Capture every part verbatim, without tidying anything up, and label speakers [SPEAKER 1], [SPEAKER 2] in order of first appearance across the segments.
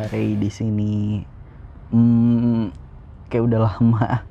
[SPEAKER 1] Ray di sini. Hmm, kayak udah lama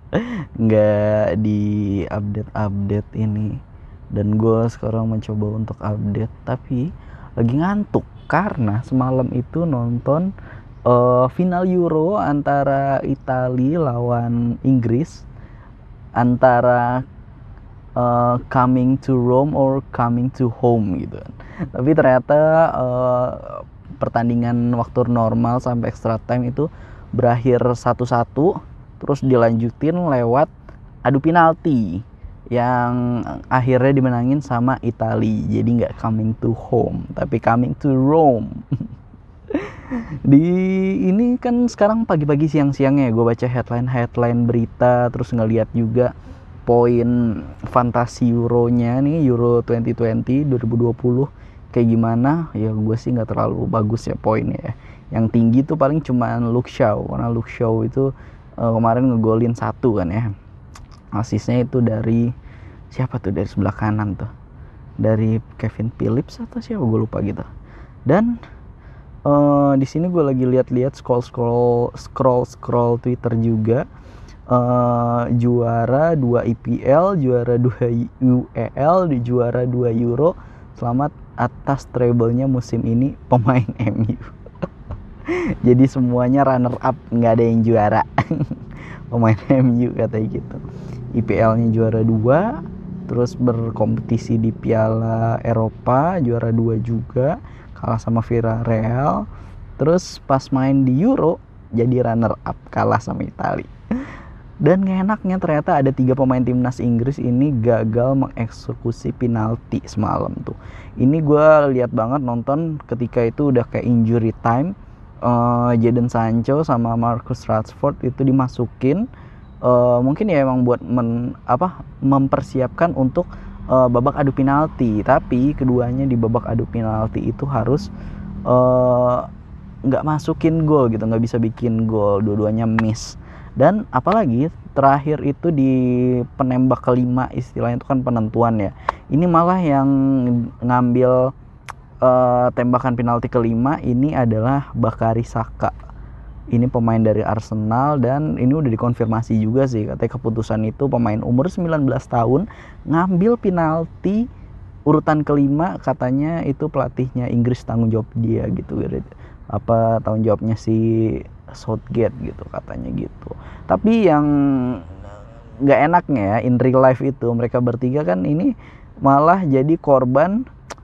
[SPEAKER 1] nggak di update-update ini, dan gue sekarang mencoba untuk update tapi lagi ngantuk karena semalam itu nonton uh, final Euro antara Italia lawan Inggris, antara uh, coming to Rome or coming to home gitu kan. Tapi ternyata uh, pertandingan waktu normal sampai extra time itu berakhir satu satu, terus dilanjutin lewat adu penalti yang akhirnya dimenangin sama Italia. Jadi nggak coming to home tapi coming to Rome. Di ini kan sekarang pagi-pagi siang-siangnya gue baca headline-headline berita, terus ngeliat juga poin fantasi Euronya nih, Euro dua ribu dua puluh dua ribu dua puluh kayak gimana. Ya gue sih nggak terlalu bagus ya poinnya ya. Yang tinggi tuh paling cuman Luke Shaw, karena Luke Shaw itu uh, kemarin ngegolin satu kan ya. Asisnya itu dari siapa tuh, dari sebelah kanan tuh, dari Kevin Phillips atau siapa gue lupa gitu. Dan uh, di sini gue lagi lihat-lihat scroll scroll scroll scroll Twitter juga. Uh, juara dua I P L, juara dua U E L, di juara dua Euro. Selamat atas treble-nya musim ini pemain M U. Jadi semuanya runner up, nggak ada yang juara. Pemain M U katanya gitu. I P L-nya juara dua, terus berkompetisi di Piala Eropa juara dua juga, kalah sama Villarreal. Terus pas main di Euro jadi runner up, kalah sama Italia. Dan gak enaknya ternyata ada tiga pemain timnas Inggris ini gagal mengeksekusi penalti semalam tuh. Ini gue lihat banget nonton ketika itu udah kayak injury time. uh, Jadon Sancho sama Marcus Rashford itu dimasukin. Uh, mungkin ya emang buat men, apa, mempersiapkan untuk uh, babak adu penalti. Tapi keduanya di babak adu penalti itu harus uh, gak masukin gol gitu, gak bisa bikin gol, dua-duanya miss. Dan apalagi terakhir itu di penembak kelima, istilahnya itu kan penentuan ya. Ini malah yang ngambil uh, tembakan penalti kelima ini adalah Bakary Saka. Ini pemain dari Arsenal, dan ini udah dikonfirmasi juga sih, katanya keputusan itu pemain umur sembilan belas tahun ngambil penalti urutan kelima, katanya itu pelatihnya Inggris tanggung jawab dia gitu. Apa tanggung jawabnya si Southgate gitu katanya gitu. Tapi yang nggak enaknya ya, in real life itu mereka bertiga kan ini malah jadi korban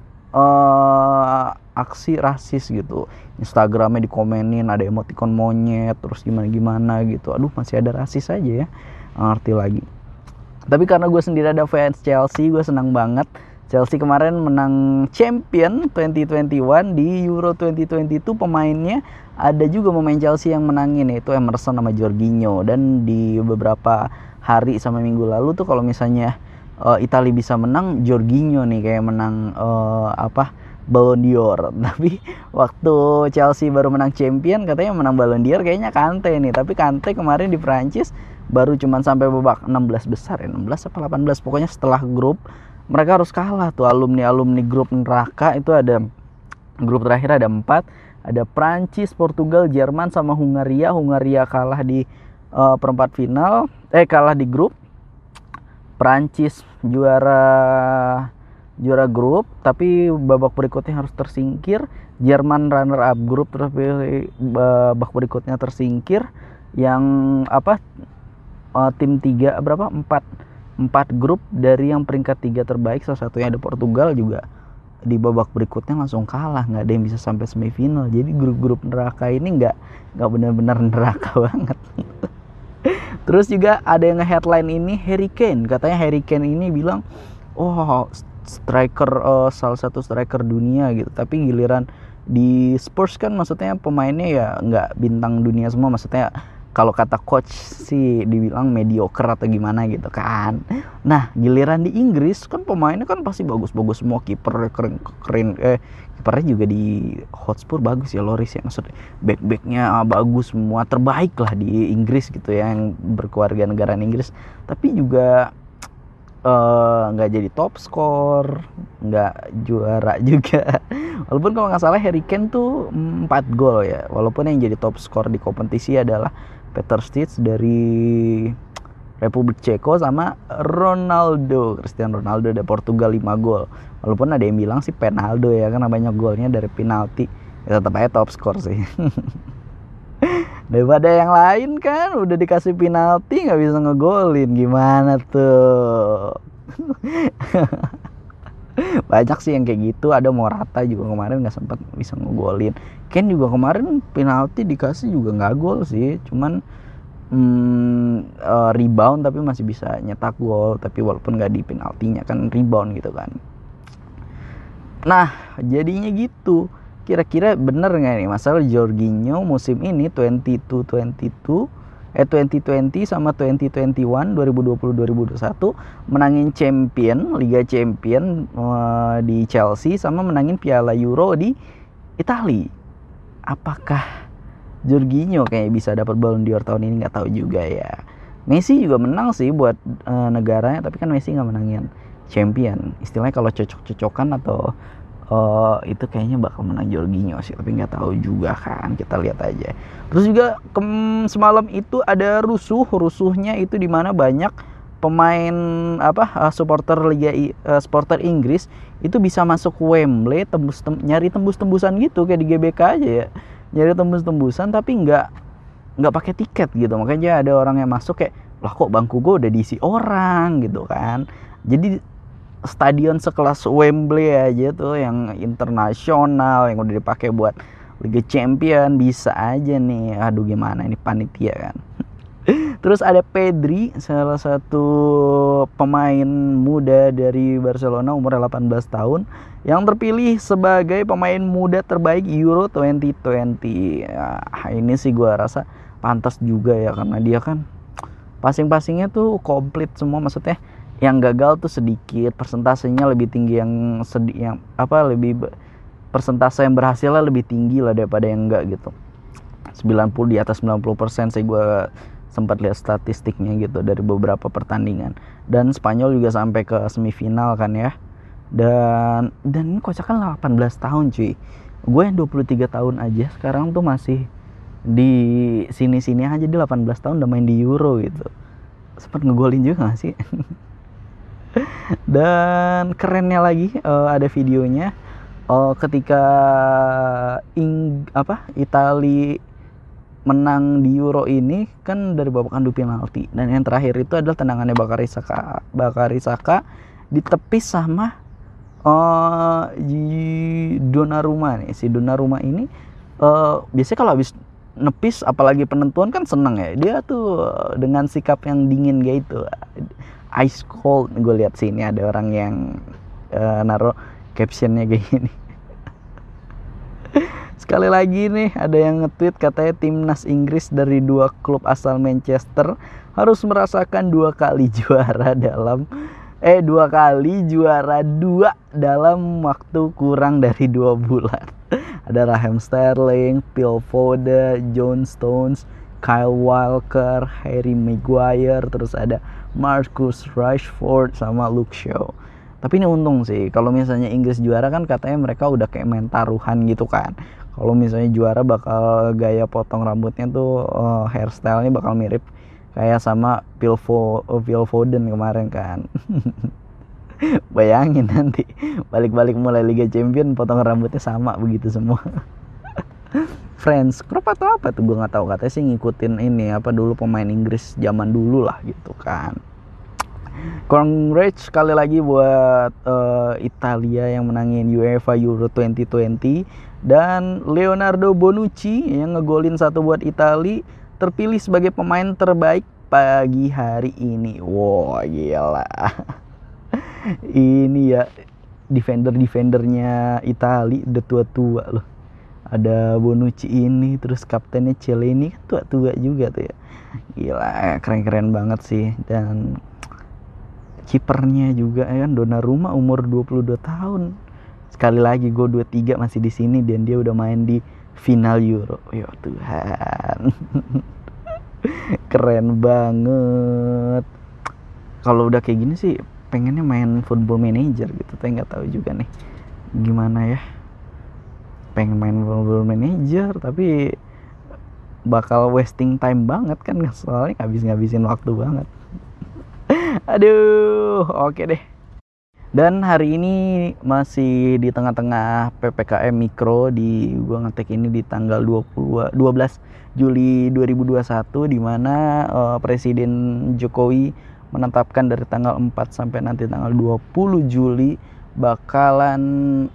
[SPEAKER 1] uh, aksi rasis gitu. Instagramnya dikomenin ada emoticon monyet, terus gimana-gimana gitu. Aduh, masih ada rasis aja ya, nggak ngerti lagi. Tapi karena gue sendiri ada fans Chelsea, gue senang banget. Chelsea kemarin menang champion dua ribu dua puluh satu di Euro dua ribu dua puluh dua. Pemainnya ada juga pemain Chelsea yang menangin, yaitu Emerson sama Jorginho. Dan di beberapa hari sama minggu lalu tuh kalau misalnya uh, Italia bisa menang, Jorginho nih kayak menang uh, apa Ballon d'Or. Tapi waktu Chelsea baru menang champion katanya menang Ballon d'Or kayaknya Kante nih. Tapi Kante kemarin di Prancis baru cuman sampai babak enam belas besar ya, enam belas apa delapan belas, pokoknya setelah grup mereka harus kalah tuh, alumni-alumni grup neraka itu. Ada grup terakhir ada empat, ada Prancis, Portugal, Jerman sama Hungaria. Hungaria kalah di uh, perempat final, eh kalah di grup. Prancis juara juara grup tapi babak berikutnya harus tersingkir. Jerman runner up grup terus babak berikutnya tersingkir. Yang apa uh, tim tiga berapa empat empat grup dari yang peringkat tiga terbaik, salah satunya ada Portugal juga, di babak berikutnya langsung kalah, nggak ada yang bisa sampai semifinal. Jadi grup-grup neraka ini nggak nggak benar-benar neraka banget. Terus juga ada yang nge-headline ini Harry Kane, katanya Harry Kane ini bilang oh striker uh, salah satu striker dunia gitu, tapi giliran di Spurs kan maksudnya pemainnya ya nggak bintang dunia semua, maksudnya kalau kata coach sih dibilang mediocre atau gimana gitu kan. Nah giliran di Inggris kan pemainnya kan pasti bagus-bagus semua, kiper keren, keren eh kipernya juga di Hotspur bagus ya, Loris ya, maksudnya back-backnya bagus semua, terbaik lah di Inggris gitu ya, yang berkeluarga negaraan Inggris. Tapi juga eh, nggak jadi top skor, nggak juara juga. Walaupun kalau nggak salah Harry Kane tuh empat gol ya. Walaupun yang jadi top skor di kompetisi adalah Peter Stich dari Republik Ceko sama Ronaldo, Cristiano Ronaldo dari Portugal lima gol. Walaupun ada yang bilang sih Penaldo ya, karena banyak golnya dari penalti. Ya tetap aja top skor sih. Daripada yang lain kan udah dikasih penalti nggak bisa ngegolin, gimana tuh? Banyak sih yang kayak gitu. Ada Morata juga kemarin nggak sempat bisa ngegolin. Ken juga kemarin penalti dikasih juga nggak gol sih, cuman hmm, uh, rebound tapi masih bisa nyetak gol, tapi walaupun nggak di penaltinya kan rebound gitu kan. Nah jadinya gitu. Kira-kira bener nggak nih masalah Jorginho musim ini dua puluh dua dua puluh dua eh dua ribu dua puluh sama dua ribu dua puluh satu dua ribu dua puluh dua ribu dua puluh satu menangin champion Liga Champion uh, di Chelsea sama menangin Piala Euro di Italia. Apakah Jorginho kayak bisa dapat Ballon d'Or tahun ini? Nggak tahu juga ya. Messi juga menang sih buat uh, negaranya, tapi kan Messi nggak menangin champion. Istilahnya kalau cocok-cocokan atau Uh, itu kayaknya bakal menang Jorginho sih, tapi nggak tahu juga kan, kita lihat aja. Terus juga kem, semalam itu ada rusuh, rusuhnya itu di mana banyak pemain apa uh, supporter Liga uh, supporter Inggris itu bisa masuk Wembley tembus tem, nyari tembus-tembusan gitu kayak di G B K aja ya, nyari tembus-tembusan tapi nggak nggak pakai tiket gitu. Makanya ada orang yang masuk kayak, lah kok bangku gue udah diisi orang gitu kan. Jadi stadion sekelas Wembley aja tuh yang internasional yang udah dipakai buat Liga Champion bisa aja nih. Aduh gimana ini panitia kan. Terus ada Pedri, salah satu pemain muda dari Barcelona umur delapan belas tahun yang terpilih sebagai pemain muda terbaik Euro dua ribu dua puluh. Nah, ini sih gue rasa pantas juga ya, karena dia kan passing-passingnya tuh komplit semua, maksudnya yang gagal tuh sedikit, persentasenya lebih tinggi yang sedi yang apa lebih persentase yang berhasilnya lebih tinggi lah daripada yang enggak gitu. sembilan puluh di atas sembilan puluh persen sih gue sempat lihat statistiknya gitu dari beberapa pertandingan. Dan Spanyol juga sampai ke semifinal kan ya. Dan dan ini kocak kan delapan belas tahun cuy. Gue yang dua puluh tiga tahun aja sekarang tuh masih di sini-sini aja, di delapan belas tahun udah main di Euro gitu. Sempat ngegolin juga gak sih? Dan kerennya lagi uh, ada videonya uh, ketika ing apa Itali menang di Euro ini kan dari babak adu penalti, dan yang terakhir itu adalah tendangannya Bakary Saka Bakary Saka ditepis sama uh, Donnarumma nih. Si Donnarumma ini uh, biasanya kalau habis nepis apalagi penentuan kan seneng ya, dia tuh dengan sikap yang dingin gitu, ice cold. Gue lihat sini ada orang yang uh, naruh captionnya kayak gini. Sekali lagi nih ada yang nge-tweet katanya timnas Inggris dari dua klub asal Manchester harus merasakan dua kali juara dalam eh dua kali juara dua dalam waktu kurang dari dua bulan. Ada Raheem Sterling, Phil Foden, John Stones, Kyle Walker, Harry Maguire, terus ada Marcus Rashford sama Luke Shaw. Tapi ini untung sih, kalau misalnya Inggris juara kan katanya mereka udah kayak main taruhan gitu kan. Kalau misalnya juara bakal gaya potong rambutnya tuh uh, hairstyle-nya bakal mirip kayak sama Phil, Fo- Phil Foden kemarin kan. Bayangin nanti balik-balik mulai Liga Champion potong rambutnya sama begitu semua. French crop atau apa tuh gue nggak tahu, katanya sih ngikutin ini apa dulu pemain Inggris zaman dulu lah gitu kan. Congrats sekali lagi buat uh, Italia yang menangin UEFA Euro dua ribu dua puluh dan Leonardo Bonucci yang ngegolin satu buat Italia terpilih sebagai pemain terbaik pagi hari ini. Wow gila. Ini ya defender-defendernya Italia udah tua-tua loh. Ada Bonucci ini, terus kaptennya Chiellini kan tua-tua juga tuh ya. Gila, keren-keren banget sih. Dan kipernya juga ya kan Donnarumma umur dua puluh dua tahun. Sekali lagi gue dua puluh tiga masih di sini dan dia udah main di final Euro. Ya Tuhan. Keren banget. Kalau udah kayak gini sih pengennya main Football Manager gitu, tapi nggak tahu juga nih gimana ya. Pengen main Football Manager tapi bakal wasting time banget kan, soalnya ngabis-ngabisin waktu banget. Aduh, oke deh. Dan hari ini masih di tengah-tengah P P K M Mikro, di gua ngetek ini di tanggal dua belas Juli dua ribu dua puluh satu, di mana uh, Presiden Jokowi menetapkan dari tanggal empat sampai nanti tanggal dua puluh Juli bakalan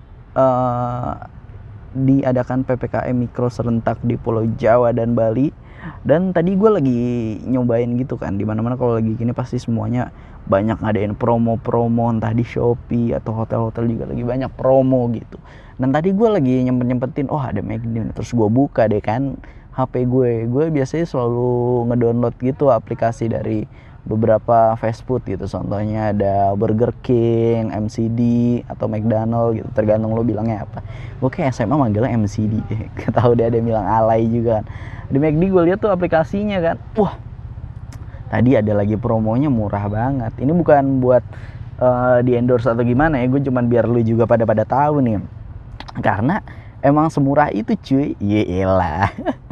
[SPEAKER 1] uh, diadakan P P K M Mikro serentak di Pulau Jawa dan Bali. Dan tadi gue lagi nyobain gitu kan, dimana-mana kalau lagi gini pasti semuanya banyak ngadain promo-promo, entah di Shopee atau hotel-hotel juga lagi banyak promo gitu. Dan tadi gue lagi nyempet-nyempetin, oh ada McD, terus gue buka deh kan H P gue. Gue biasanya selalu ngedownload gitu aplikasi dari beberapa fast food gitu, contohnya ada Burger King, M C D atau McDonald gitu, tergantung lo bilangnya apa. Gue kayak S M A manggilnya M C D deh, tahu dia ada yang bilang alay juga kan. Di McD gue lihat tuh aplikasinya kan, wah tadi ada lagi promonya murah banget. Ini bukan buat uh, di endorse atau gimana ya, gue cuman biar lu juga pada pada tahu nih, karena emang semurah itu cuy. Yelah.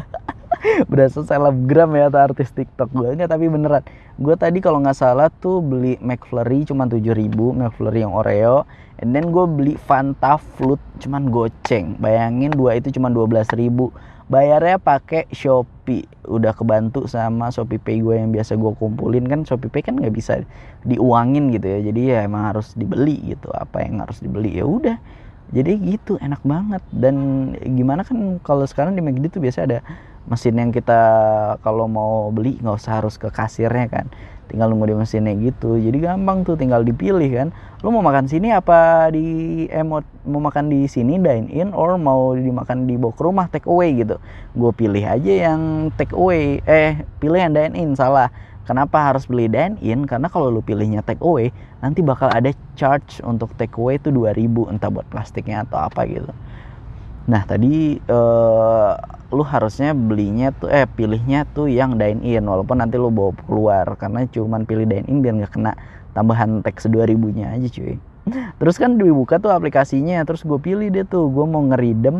[SPEAKER 1] Berasa selebgram ya atau artis TikTok gue, enggak, tapi beneran. Gue tadi kalau nggak salah tuh beli McFlurry cuma tujuh ribu, McFlurry yang Oreo. And then gue beli Fanta Float cuman goceng. Bayangin dua itu cuma dua belas ribu. Bayarnya pakai Shopee. Udah kebantu sama Shopee Pay gue yang biasa gue kumpulin kan. Shopee Pay kan nggak bisa diuangin gitu ya. Jadi ya emang harus dibeli gitu. Apa yang harus dibeli ya udah. Jadi gitu, enak banget. Dan gimana kan kalau sekarang di McD tuh biasa ada mesin yang kita kalau mau beli nggak usah harus ke kasirnya kan, tinggal nunggu di mesinnya gitu. Jadi gampang tuh, tinggal dipilih kan, lu mau makan sini apa di eh, mau, mau makan di sini dine in or mau dimakan di bawa ke rumah take away gitu. Gue pilih aja yang take away, eh pilih yang dine in. Salah. Kenapa harus beli dine in? Karena kalau lu pilihnya take away nanti bakal ada charge untuk take away itu dua ribu, entah buat plastiknya atau apa gitu. Nah tadi uh, lu harusnya belinya tuh eh pilihnya tuh yang dine in, walaupun nanti lu bawa keluar, karena cuman pilih dine in biar nggak kena tambahan tax dua ribunya aja cuy. Terus kan dibuka tuh aplikasinya, terus gue pilih deh tuh gue mau ngeridem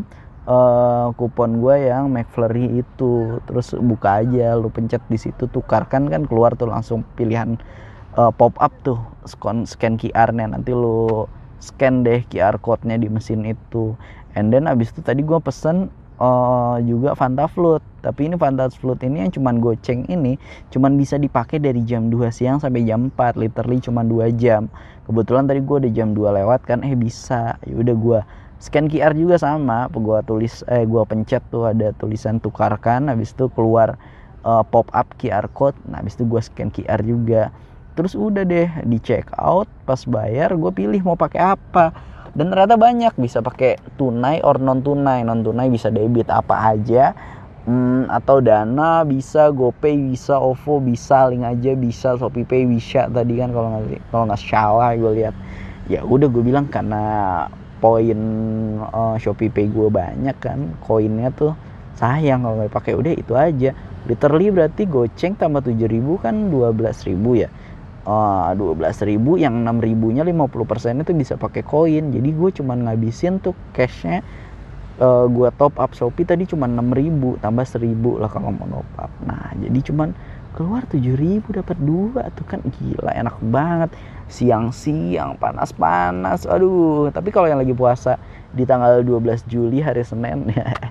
[SPEAKER 1] uh, kupon gue yang McFlurry itu. Terus buka aja, lu pencet di situ tukarkan, kan keluar tuh langsung pilihan uh, pop up tuh scan, scan Q R-nya, nanti lu scan deh Q R code-nya di mesin itu. And then abis itu tadi gue pesen uh, juga Fanta Float. Tapi ini Fanta Float ini yang cuman goceng ini cuman bisa dipakai dari jam dua siang sampai jam empat, literally cuman dua jam. Kebetulan tadi gue udah jam dua lewat kan, eh bisa. Ya udah gue scan Q R juga sama, gue tulis eh gue pencet tuh ada tulisan tukarkan, habis itu keluar uh, pop up Q R code. Nah, habis itu gue scan Q R juga. Terus udah deh di check out, pas bayar gue pilih mau pakai apa. Dan ternyata banyak, bisa pakai tunai or non tunai. Non tunai bisa debit apa aja, hmm, atau Dana bisa, GoPay bisa, OVO bisa, Link aja bisa, Shopee Pay bisa tadi kan kalau nggak kalau nggak salah gue lihat. Ya udah gue bilang karena poin uh, Shopee Pay gue banyak kan, koinnya tuh sayang kalau nggak pakai, udah itu aja. Literally berarti goceng tambah tujuh ribu kan dua belas ribu ya. Uh, dua belas ribu, yang enam ribunya lima puluh persen itu bisa pakai koin. Jadi gue cuman ngabisin tuh cashnya, uh, gue top up Shopee tadi cuma enam ribu tambah seribu lah kalau mau top up. Nah jadi cuman keluar tujuh ribu dapat dua tuh kan, gila enak banget. Siang-siang panas-panas, aduh. Tapi kalau yang lagi puasa di tanggal dua belas Juli hari Senin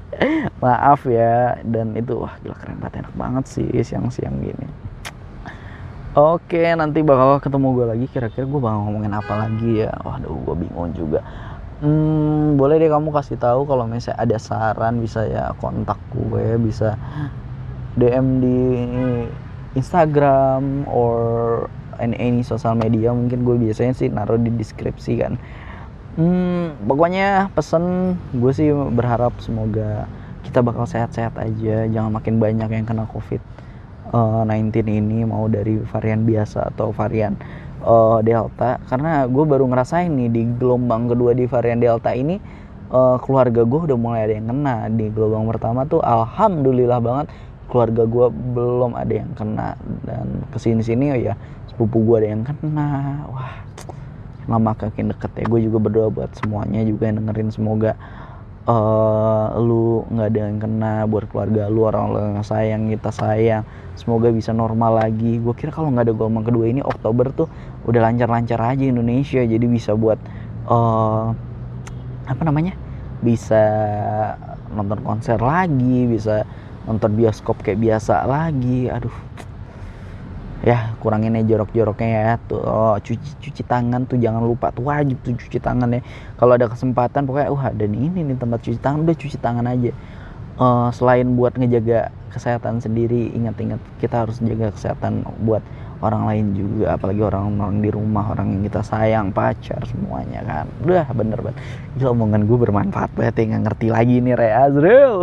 [SPEAKER 1] maaf ya, dan itu wah gila keren banget, enak banget sih siang-siang gini. Oke, nanti bakal ketemu gue lagi. Kira-kira gue bakal ngomongin apa lagi ya? Waduh, gue bingung juga. Hmm, boleh deh kamu kasih tahu kalau misalnya ada saran, bisa ya kontak gue, bisa D M di Instagram or any, any sosial media. Mungkin gue biasanya sih naruh di deskripsi kan. Hmm, pokoknya pesen gue sih berharap semoga kita bakal sehat-sehat aja, jangan makin banyak yang kena covid sembilan belas ini, mau dari varian biasa atau varian uh, Delta. Karena gue baru ngerasain nih di gelombang kedua di varian Delta ini, uh, keluarga gue udah mulai ada yang kena. Di gelombang pertama tuh alhamdulillah banget keluarga gue belum ada yang kena, dan kesini-sini oh ya sepupu gue ada yang kena. Wah, lama makin deket ya. Gue juga berdoa buat semuanya juga yang dengerin, semoga uh, lu nggak ada yang kena, buat keluarga lu, orang-orang yang sayang kita sayang, semoga bisa normal lagi. Gue kira kalau nggak ada gelombang kedua ini Oktober tuh udah lancar-lancar aja Indonesia, jadi bisa buat uh, apa namanya, bisa nonton konser lagi, bisa nonton bioskop kayak biasa lagi. Aduh, ya kurangin aja jorok-joroknya ya tuh. Oh, cuci cuci tangan tuh jangan lupa tuh, wajib tuh cuci tangan ya. Kalau ada kesempatan pokoknya uh ada nih ini nih tempat cuci tangan, udah cuci tangan aja. Uh, selain buat ngejaga kesehatan sendiri, ingat-ingat kita harus jaga kesehatan buat orang lain juga, apalagi orang-orang di rumah, orang yang kita sayang, pacar, semuanya kan. Udah bener banget. Gila, omongan gue bermanfaat banget ya, nggak ngerti lagi nih Re Azril.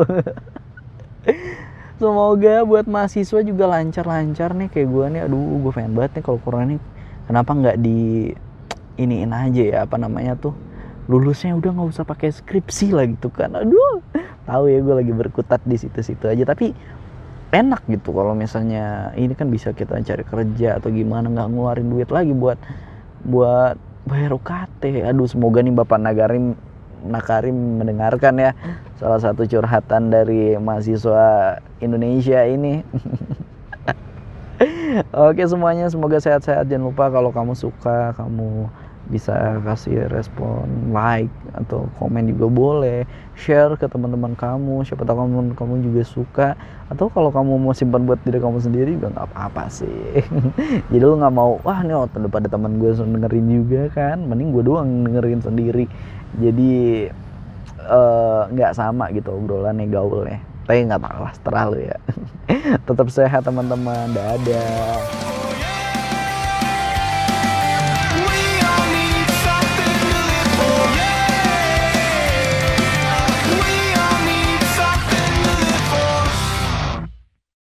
[SPEAKER 1] Semoga buat mahasiswa juga lancar-lancar nih kayak gue nih. Aduh, gue pengen banget nih kalau corona nih kenapa nggak di iniin aja ya, apa namanya tuh, lulusnya udah nggak usah pakai skripsi lah gitu kan. Aduh, tahu ya gue lagi berkutat di situ-situ aja, tapi enak gitu kalau misalnya ini kan bisa kita cari kerja atau gimana, nggak ngeluarin duit lagi buat buat bayar U K T. Aduh, semoga nih Bapak Nagarim Nakarim mendengarkan ya, salah satu curhatan dari mahasiswa Indonesia ini. Oke semuanya, semoga sehat-sehat. Jangan lupa kalau kamu suka, kamu bisa kasih respon, like atau komen juga boleh, share ke teman-teman kamu, siapa tahu kamu kamu juga suka, atau kalau kamu mau simpan buat diri kamu sendiri juga nggak apa-apa sih. Jadi lu nggak mau, wah ini oh, pada teman gue dengerin juga kan, mending gue doang dengerin sendiri, jadi nggak uh, sama gitu obrolannya, gaulnya. Tapi nggak tahu lah, terlalu ya. Tetap sehat teman-teman, dadah.